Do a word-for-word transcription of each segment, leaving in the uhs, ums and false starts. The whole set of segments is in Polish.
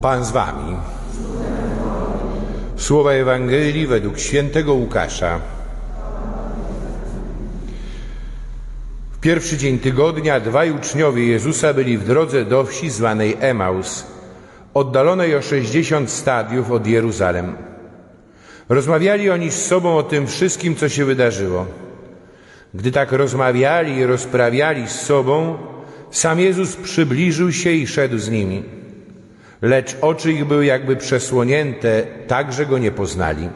Pan z wami. Słowa Ewangelii według świętego Łukasza. W pierwszy dzień tygodnia dwaj uczniowie Jezusa byli w drodze do wsi zwanej Emaus, oddalonej o sześćdziesiąt stadiów od Jeruzalem. Rozmawiali oni z sobą o tym wszystkim, co się wydarzyło. Gdy tak rozmawiali i rozprawiali z sobą, sam Jezus przybliżył się i szedł z nimi. Lecz oczy ich były jakby przesłonięte, tak, że go nie poznali.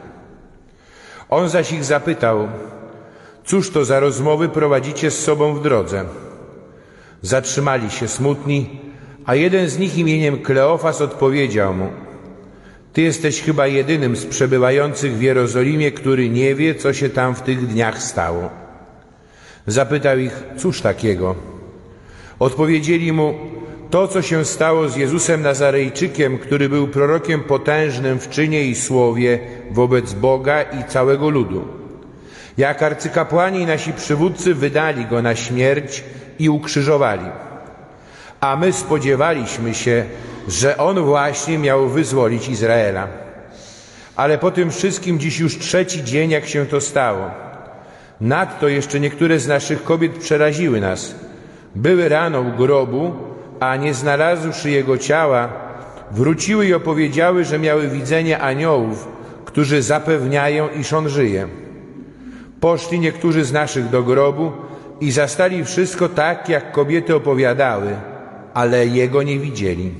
On zaś ich zapytał: cóż to za rozmowy prowadzicie z sobą w drodze? Zatrzymali się smutni, a jeden z nich imieniem Kleofas odpowiedział mu: Ty jesteś chyba jedynym z przebywających w Jerozolimie, który nie wie, co się tam w tych dniach stało. Zapytał ich: cóż takiego? Odpowiedzieli mu: to, co się stało z Jezusem Nazarejczykiem, który był prorokiem potężnym w czynie i słowie wobec Boga i całego ludu. Jak arcykapłani i nasi przywódcy wydali go na śmierć i ukrzyżowali. A my spodziewaliśmy się, że on właśnie miał wyzwolić Izraela. Ale po tym wszystkim dziś już trzeci dzień, jak się to stało. Nadto jeszcze niektóre z naszych kobiet przeraziły nas. Były rano u grobu, a nie znalazłszy jego ciała, wróciły i opowiedziały, że miały widzenie aniołów, którzy zapewniają, iż on żyje. Poszli niektórzy z naszych do grobu i zastali wszystko tak, jak kobiety opowiadały, ale jego nie widzieli.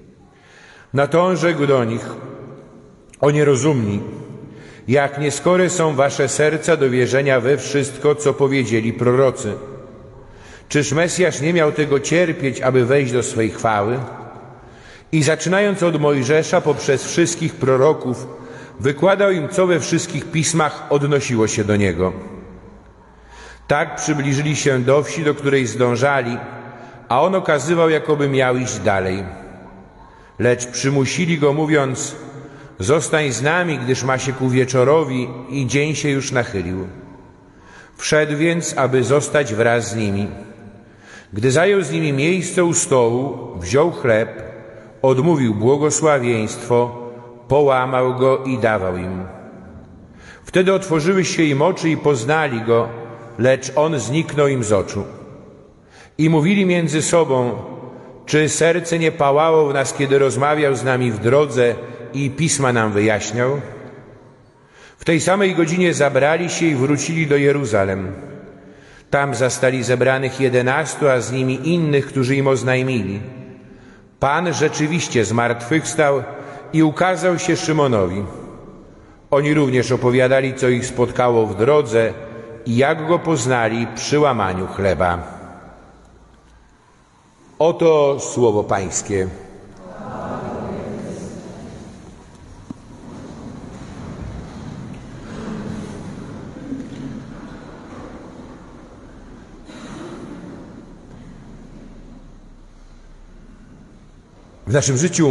Na to on rzekł do nich: o nierozumni, jak nieskore są wasze serca do wierzenia we wszystko, co powiedzieli prorocy. Czyż Mesjasz nie miał tego cierpieć, aby wejść do swej chwały? I zaczynając od Mojżesza poprzez wszystkich proroków, wykładał im, co we wszystkich pismach odnosiło się do niego. Tak przybliżyli się do wsi, do której zdążali, a on okazywał, jakoby miał iść dalej. Lecz przymusili go, mówiąc: zostań z nami, gdyż ma się ku wieczorowi i dzień się już nachylił. Wszedł więc, aby zostać wraz z nimi. Gdy zajął z nimi miejsce u stołu, wziął chleb, odmówił błogosławieństwo, połamał go i dawał im. Wtedy otworzyły się im oczy i poznali go, lecz on zniknął im z oczu. I mówili między sobą: czy serce nie pałało w nas, kiedy rozmawiał z nami w drodze i pisma nam wyjaśniał? W tej samej godzinie zabrali się i wrócili do Jeruzalem. Tam zastali zebranych jedenastu, a z nimi innych, którzy im oznajmili: Pan rzeczywiście zmartwychwstał i ukazał się Szymonowi. Oni również opowiadali, co ich spotkało w drodze i jak go poznali przy łamaniu chleba. Oto słowo Pańskie. W naszym życiu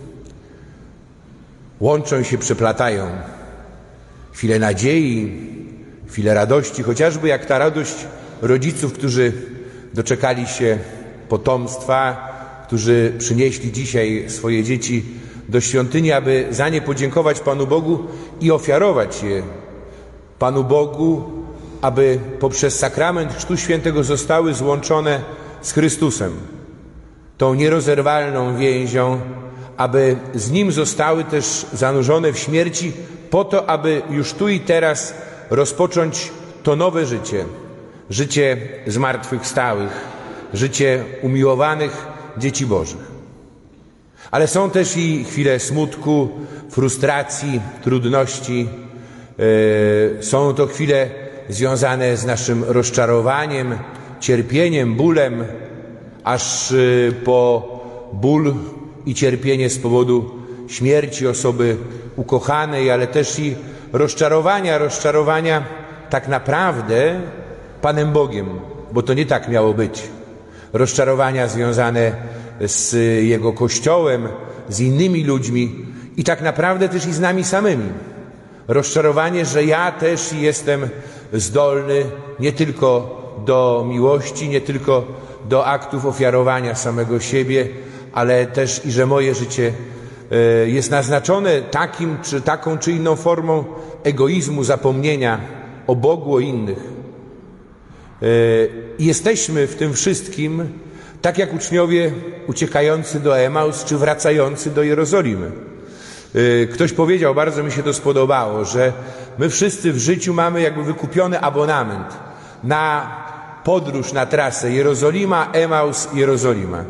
łączą się, przeplatają chwile nadziei, chwile radości, chociażby jak ta radość rodziców, którzy doczekali się potomstwa, którzy przynieśli dzisiaj swoje dzieci do świątyni, aby za nie podziękować Panu Bogu i ofiarować je Panu Bogu, aby poprzez sakrament Chrztu Świętego zostały złączone z Chrystusem, tą nierozerwalną więzią, aby z Nim zostały też zanurzone w śmierci, po to, aby już tu i teraz rozpocząć to nowe życie, życie zmartwychwstałych, życie umiłowanych dzieci Bożych. Ale są też i chwile smutku, frustracji, trudności. Yy, są to chwile związane z naszym rozczarowaniem, cierpieniem, bólem, aż yy, po ból i cierpienie z powodu śmierci osoby ukochanej, ale też i rozczarowania, rozczarowania tak naprawdę Panem Bogiem, bo to nie tak miało być. Rozczarowania związane z Jego Kościołem, z innymi ludźmi i tak naprawdę też i z nami samymi. Rozczarowanie, że ja też jestem zdolny nie tylko do miłości, nie tylko do aktów ofiarowania samego siebie, ale też i że moje życie jest naznaczone takim, czy taką, czy inną formą egoizmu, zapomnienia o Bogu, o innych. Jesteśmy w tym wszystkim tak jak uczniowie uciekający do Emaus, czy wracający do Jerozolimy. Ktoś powiedział, bardzo mi się to spodobało, że my wszyscy w życiu mamy jakby wykupiony abonament na podróż, na trasę Jerozolima, Emaus, Jerozolima.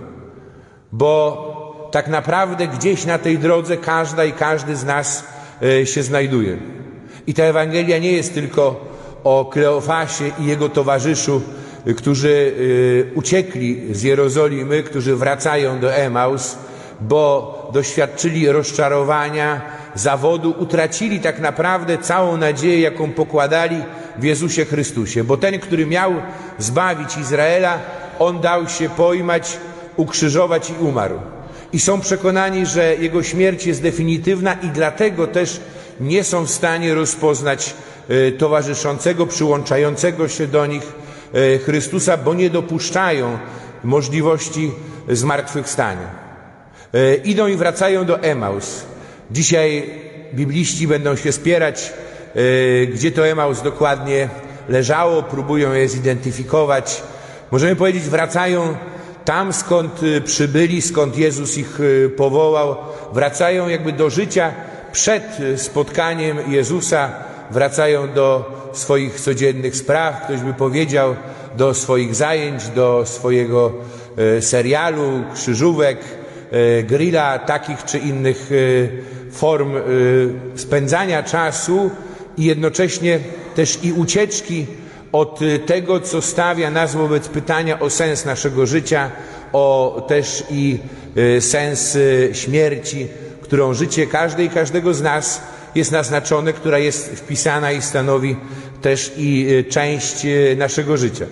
Bo tak naprawdę gdzieś na tej drodze każda i każdy z nas się znajduje. I ta Ewangelia nie jest tylko o Kleofasie i jego towarzyszu, którzy uciekli z Jerozolimy, którzy wracają do Emaus, bo doświadczyli rozczarowania, zawodu, utracili tak naprawdę całą nadzieję, jaką pokładali w Jezusie Chrystusie. Bo ten, który miał zbawić Izraela, on dał się pojmać, ukrzyżować i umarł. I są przekonani, że jego śmierć jest definitywna i dlatego też nie są w stanie rozpoznać towarzyszącego, przyłączającego się do nich Chrystusa, bo nie dopuszczają możliwości zmartwychwstania. Idą i wracają do Emaus. Dzisiaj bibliści będą się spierać, gdzie to Emaus dokładnie leżało, próbują je zidentyfikować. Możemy powiedzieć, wracają tam, skąd przybyli, skąd Jezus ich powołał. Wracają jakby do życia przed spotkaniem Jezusa, wracają do swoich codziennych spraw, ktoś by powiedział, do swoich zajęć, do swojego serialu, krzyżówek, grilla, takich czy innych form spędzania czasu i jednocześnie też i ucieczki od tego, co stawia nas wobec pytania o sens naszego życia, o też i sens śmierci, którą życie każdej i każdego z nas jest naznaczone, która jest wpisana i stanowi też i część naszego życia.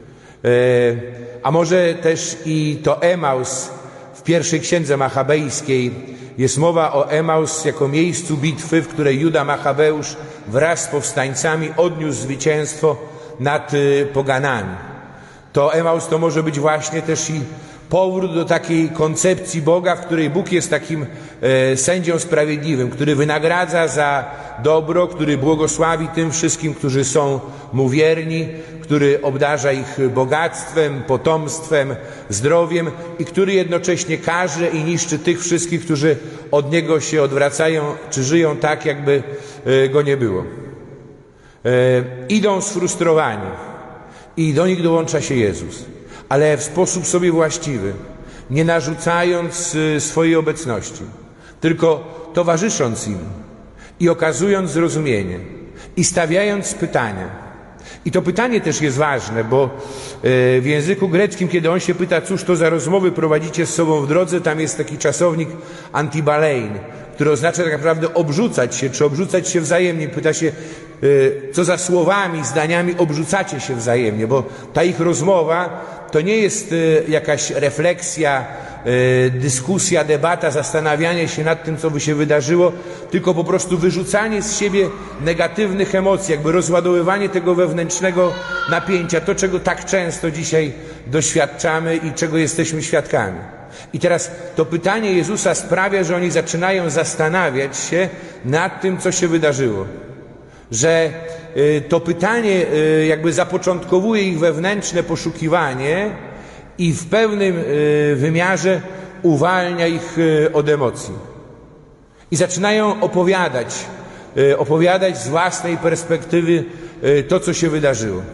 A może też i to Emaus w pierwszej księdze machabejskiej jest mowa o Emaus jako miejscu bitwy, w której Juda Machabeusz wraz z powstańcami odniósł zwycięstwo nad poganami. To Emaus to może być właśnie też i powrót do takiej koncepcji Boga, w której Bóg jest takim e, sędzią sprawiedliwym, który wynagradza za dobro, który błogosławi tym wszystkim, którzy są Mu wierni, który obdarza ich bogactwem, potomstwem, zdrowiem i który jednocześnie karze i niszczy tych wszystkich, którzy od Niego się odwracają, czy żyją tak, jakby e, Go nie było. E, idą sfrustrowani i do nich dołącza się Jezus, ale w sposób sobie właściwy, nie narzucając swojej obecności, tylko towarzysząc im i okazując zrozumienie i stawiając pytania. I to pytanie też jest ważne, bo w języku greckim, kiedy on się pyta, cóż to za rozmowy prowadzicie z sobą w drodze, tam jest taki czasownik antibalein, który oznacza tak naprawdę obrzucać się, czy obrzucać się wzajemnie. Pyta się, co za słowami, zdaniami obrzucacie się wzajemnie, bo ta ich rozmowa to nie jest jakaś refleksja, dyskusja, debata, zastanawianie się nad tym, co by się wydarzyło, tylko po prostu wyrzucanie z siebie negatywnych emocji, jakby rozładowywanie tego wewnętrznego napięcia, to czego tak często dzisiaj doświadczamy i czego jesteśmy świadkami. I teraz to pytanie Jezusa sprawia, że oni zaczynają zastanawiać się nad tym, co się wydarzyło. Że to pytanie jakby zapoczątkowuje ich wewnętrzne poszukiwanie i w pewnym wymiarze uwalnia ich od emocji. I zaczynają opowiadać, opowiadać z własnej perspektywy to, co się wydarzyło.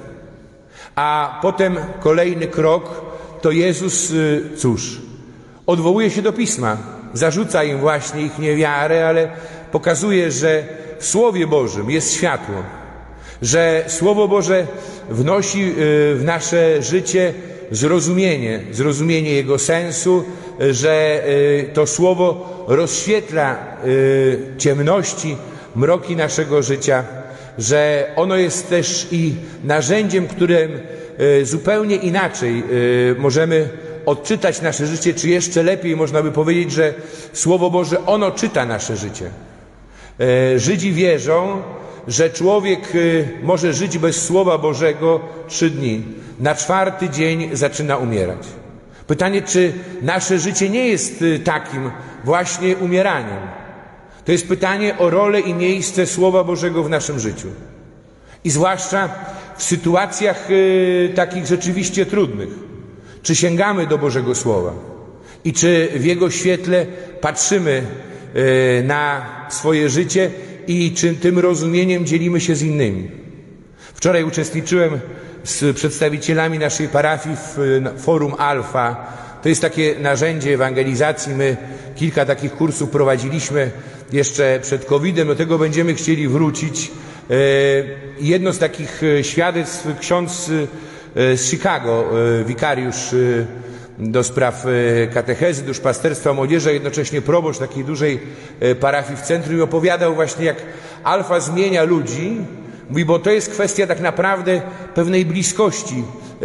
A potem kolejny krok to Jezus, cóż, odwołuje się do Pisma. Zarzuca im właśnie ich niewiarę, ale pokazuje, że w Słowie Bożym jest światło, że Słowo Boże wnosi w nasze życie zrozumienie, zrozumienie Jego sensu, że to Słowo rozświetla ciemności, mroki naszego życia, że ono jest też i narzędziem, którym zupełnie inaczej możemy odczytać nasze życie, czy jeszcze lepiej można by powiedzieć, że Słowo Boże, ono czyta nasze życie. Żydzi wierzą, że człowiek może żyć bez Słowa Bożego trzy dni. Na czwarty dzień zaczyna umierać. Pytanie, czy nasze życie nie jest takim właśnie umieraniem. To jest pytanie o rolę i miejsce Słowa Bożego w naszym życiu. I zwłaszcza w sytuacjach y, takich rzeczywiście trudnych. Czy sięgamy do Bożego Słowa i czy w Jego świetle patrzymy y, na swoje życie i czy tym rozumieniem dzielimy się z innymi. Wczoraj uczestniczyłem z przedstawicielami naszej parafii w Forum Alfa. To jest takie narzędzie ewangelizacji. My kilka takich kursów prowadziliśmy jeszcze przed kowidem. Do tego będziemy chcieli wrócić. Jedno z takich świadectw ksiądz z Chicago, wikariusz do spraw katechezy, duszpasterstwa młodzieży, a jednocześnie proboszcz takiej dużej parafii w centrum, i opowiadał właśnie, jak Alfa zmienia ludzi. Mówi, bo to jest kwestia tak naprawdę pewnej bliskości,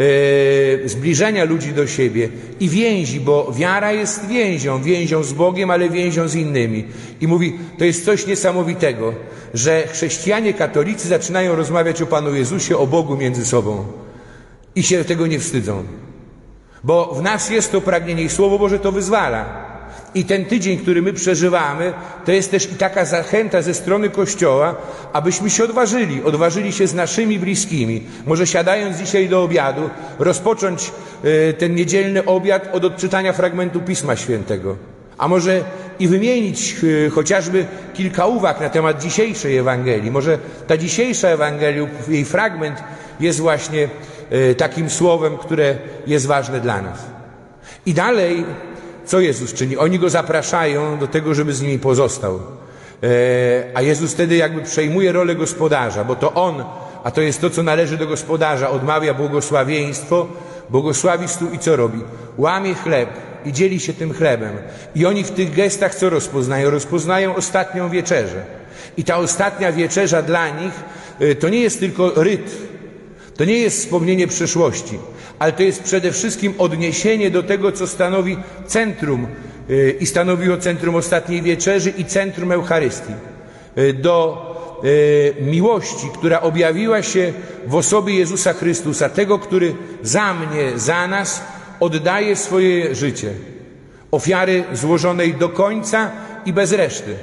yy, zbliżenia ludzi do siebie i więzi, bo wiara jest więzią, więzią z Bogiem, ale więzią z innymi. I mówi, to jest coś niesamowitego, że chrześcijanie katolicy zaczynają rozmawiać o Panu Jezusie, o Bogu między sobą i się tego nie wstydzą. Bo w nas jest to pragnienie i Słowo Boże to wyzwala. I ten tydzień, który my przeżywamy, to jest też i taka zachęta ze strony Kościoła, abyśmy się odważyli, odważyli się z naszymi bliskimi. Może siadając dzisiaj do obiadu, rozpocząć y, ten niedzielny obiad od odczytania fragmentu Pisma Świętego. A może i wymienić y, chociażby kilka uwag na temat dzisiejszej Ewangelii. Może ta dzisiejsza Ewangelia, jej fragment jest właśnie y, takim słowem, które jest ważne dla nas. I dalej, co Jezus czyni? Oni Go zapraszają do tego, żeby z nimi pozostał. E, a Jezus wtedy jakby przejmuje rolę gospodarza, bo to On, a to jest to, co należy do gospodarza, odmawia błogosławieństwo, błogosławi stół i co robi? Łamie chleb i dzieli się tym chlebem. I oni w tych gestach co rozpoznają? Rozpoznają ostatnią wieczerzę. I ta ostatnia wieczerza dla nich e, to nie jest tylko ryt, to nie jest wspomnienie przeszłości, ale to jest przede wszystkim odniesienie do tego, co stanowi centrum yy, i stanowiło centrum ostatniej wieczerzy i centrum Eucharystii. Yy, do yy, miłości, która objawiła się w osobie Jezusa Chrystusa, tego, który za mnie, za nas oddaje swoje życie. Ofiary złożonej do końca i bez reszty.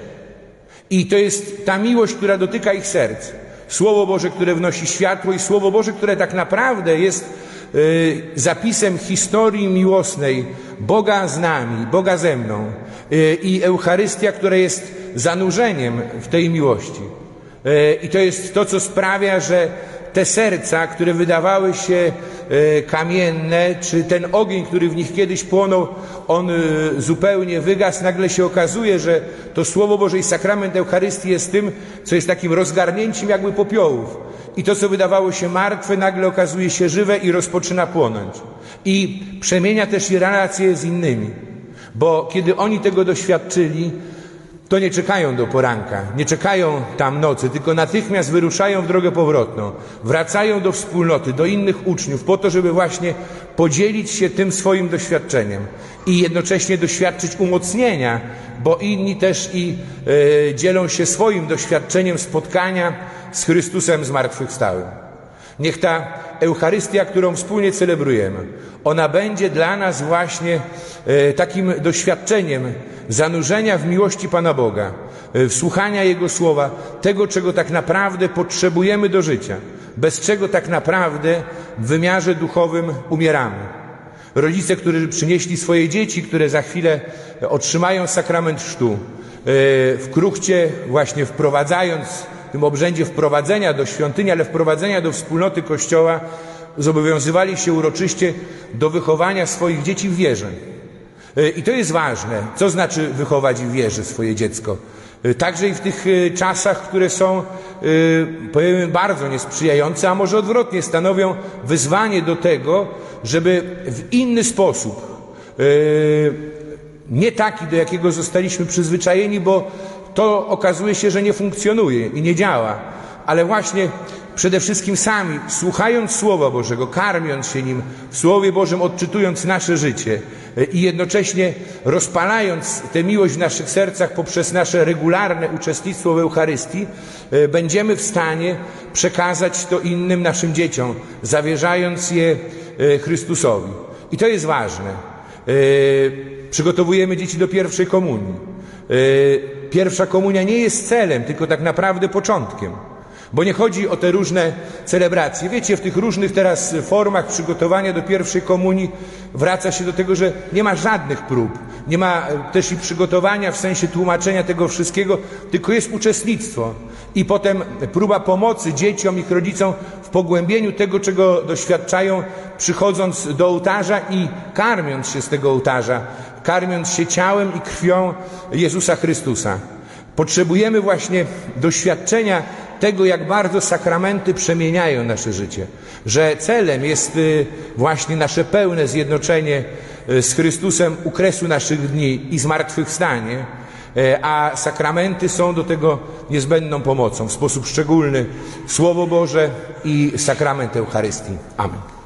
I to jest ta miłość, która dotyka ich serc. Słowo Boże, które wnosi światło, i Słowo Boże, które tak naprawdę jest y, zapisem historii miłosnej Boga z nami, Boga ze mną, y, i Eucharystia, która jest zanurzeniem w tej miłości. Y, I to jest to, co sprawia, że te serca, które wydawały się y, kamienne, czy ten ogień, który w nich kiedyś płonął, on y, zupełnie wygasł. Nagle się okazuje, że to Słowo Boże i sakrament Eucharystii jest tym, co jest takim rozgarnięciem jakby popiołów. I to, co wydawało się martwe, nagle okazuje się żywe i rozpoczyna płonąć. I przemienia też i relacje z innymi. Bo kiedy oni tego doświadczyli, to nie czekają do poranka, nie czekają tam nocy, tylko natychmiast wyruszają w drogę powrotną. Wracają do wspólnoty, do innych uczniów, po to, żeby właśnie podzielić się tym swoim doświadczeniem i jednocześnie doświadczyć umocnienia, bo inni też i e, dzielą się swoim doświadczeniem spotkania z Chrystusem zmartwychwstałym. Niech ta Eucharystia, którą wspólnie celebrujemy, ona będzie dla nas właśnie e, takim doświadczeniem zanurzenia w miłości Pana Boga, e, wsłuchania Jego Słowa, tego, czego tak naprawdę potrzebujemy do życia, bez czego tak naprawdę w wymiarze duchowym umieramy. Rodzice, którzy przynieśli swoje dzieci, które za chwilę otrzymają sakrament chrztu, e, w kruchcie właśnie wprowadzając w tym obrzędzie wprowadzenia do świątyni, ale wprowadzenia do wspólnoty Kościoła, zobowiązywali się uroczyście do wychowania swoich dzieci w wierze. I to jest ważne. Co znaczy wychować w wierze swoje dziecko? Także i w tych czasach, które są, powiemy, bardzo niesprzyjające, a może odwrotnie, stanowią wyzwanie do tego, żeby w inny sposób, nie taki, do jakiego zostaliśmy przyzwyczajeni, bo to okazuje się, że nie funkcjonuje i nie działa, ale właśnie przede wszystkim sami, słuchając Słowa Bożego, karmiąc się nim w Słowie Bożym, odczytując nasze życie i jednocześnie rozpalając tę miłość w naszych sercach poprzez nasze regularne uczestnictwo w Eucharystii, będziemy w stanie przekazać to innym naszym dzieciom, zawierzając je Chrystusowi. I to jest ważne. Przygotowujemy dzieci do pierwszej komunii. Pierwsza komunia nie jest celem, tylko tak naprawdę początkiem. Bo nie chodzi o te różne celebracje. Wiecie, w tych różnych teraz formach przygotowania do pierwszej komunii wraca się do tego, że nie ma żadnych prób. Nie ma też i przygotowania w sensie tłumaczenia tego wszystkiego, tylko jest uczestnictwo. I potem próba pomocy dzieciom, ich rodzicom w pogłębieniu tego, czego doświadczają, przychodząc do ołtarza i karmiąc się z tego ołtarza, karmiąc się ciałem i krwią Jezusa Chrystusa. Potrzebujemy właśnie doświadczenia tego, jak bardzo sakramenty przemieniają nasze życie. Że celem jest właśnie nasze pełne zjednoczenie z Chrystusem u kresu naszych dni i zmartwychwstanie, a sakramenty są do tego niezbędną pomocą. W sposób szczególny Słowo Boże i sakrament Eucharystii. Amen.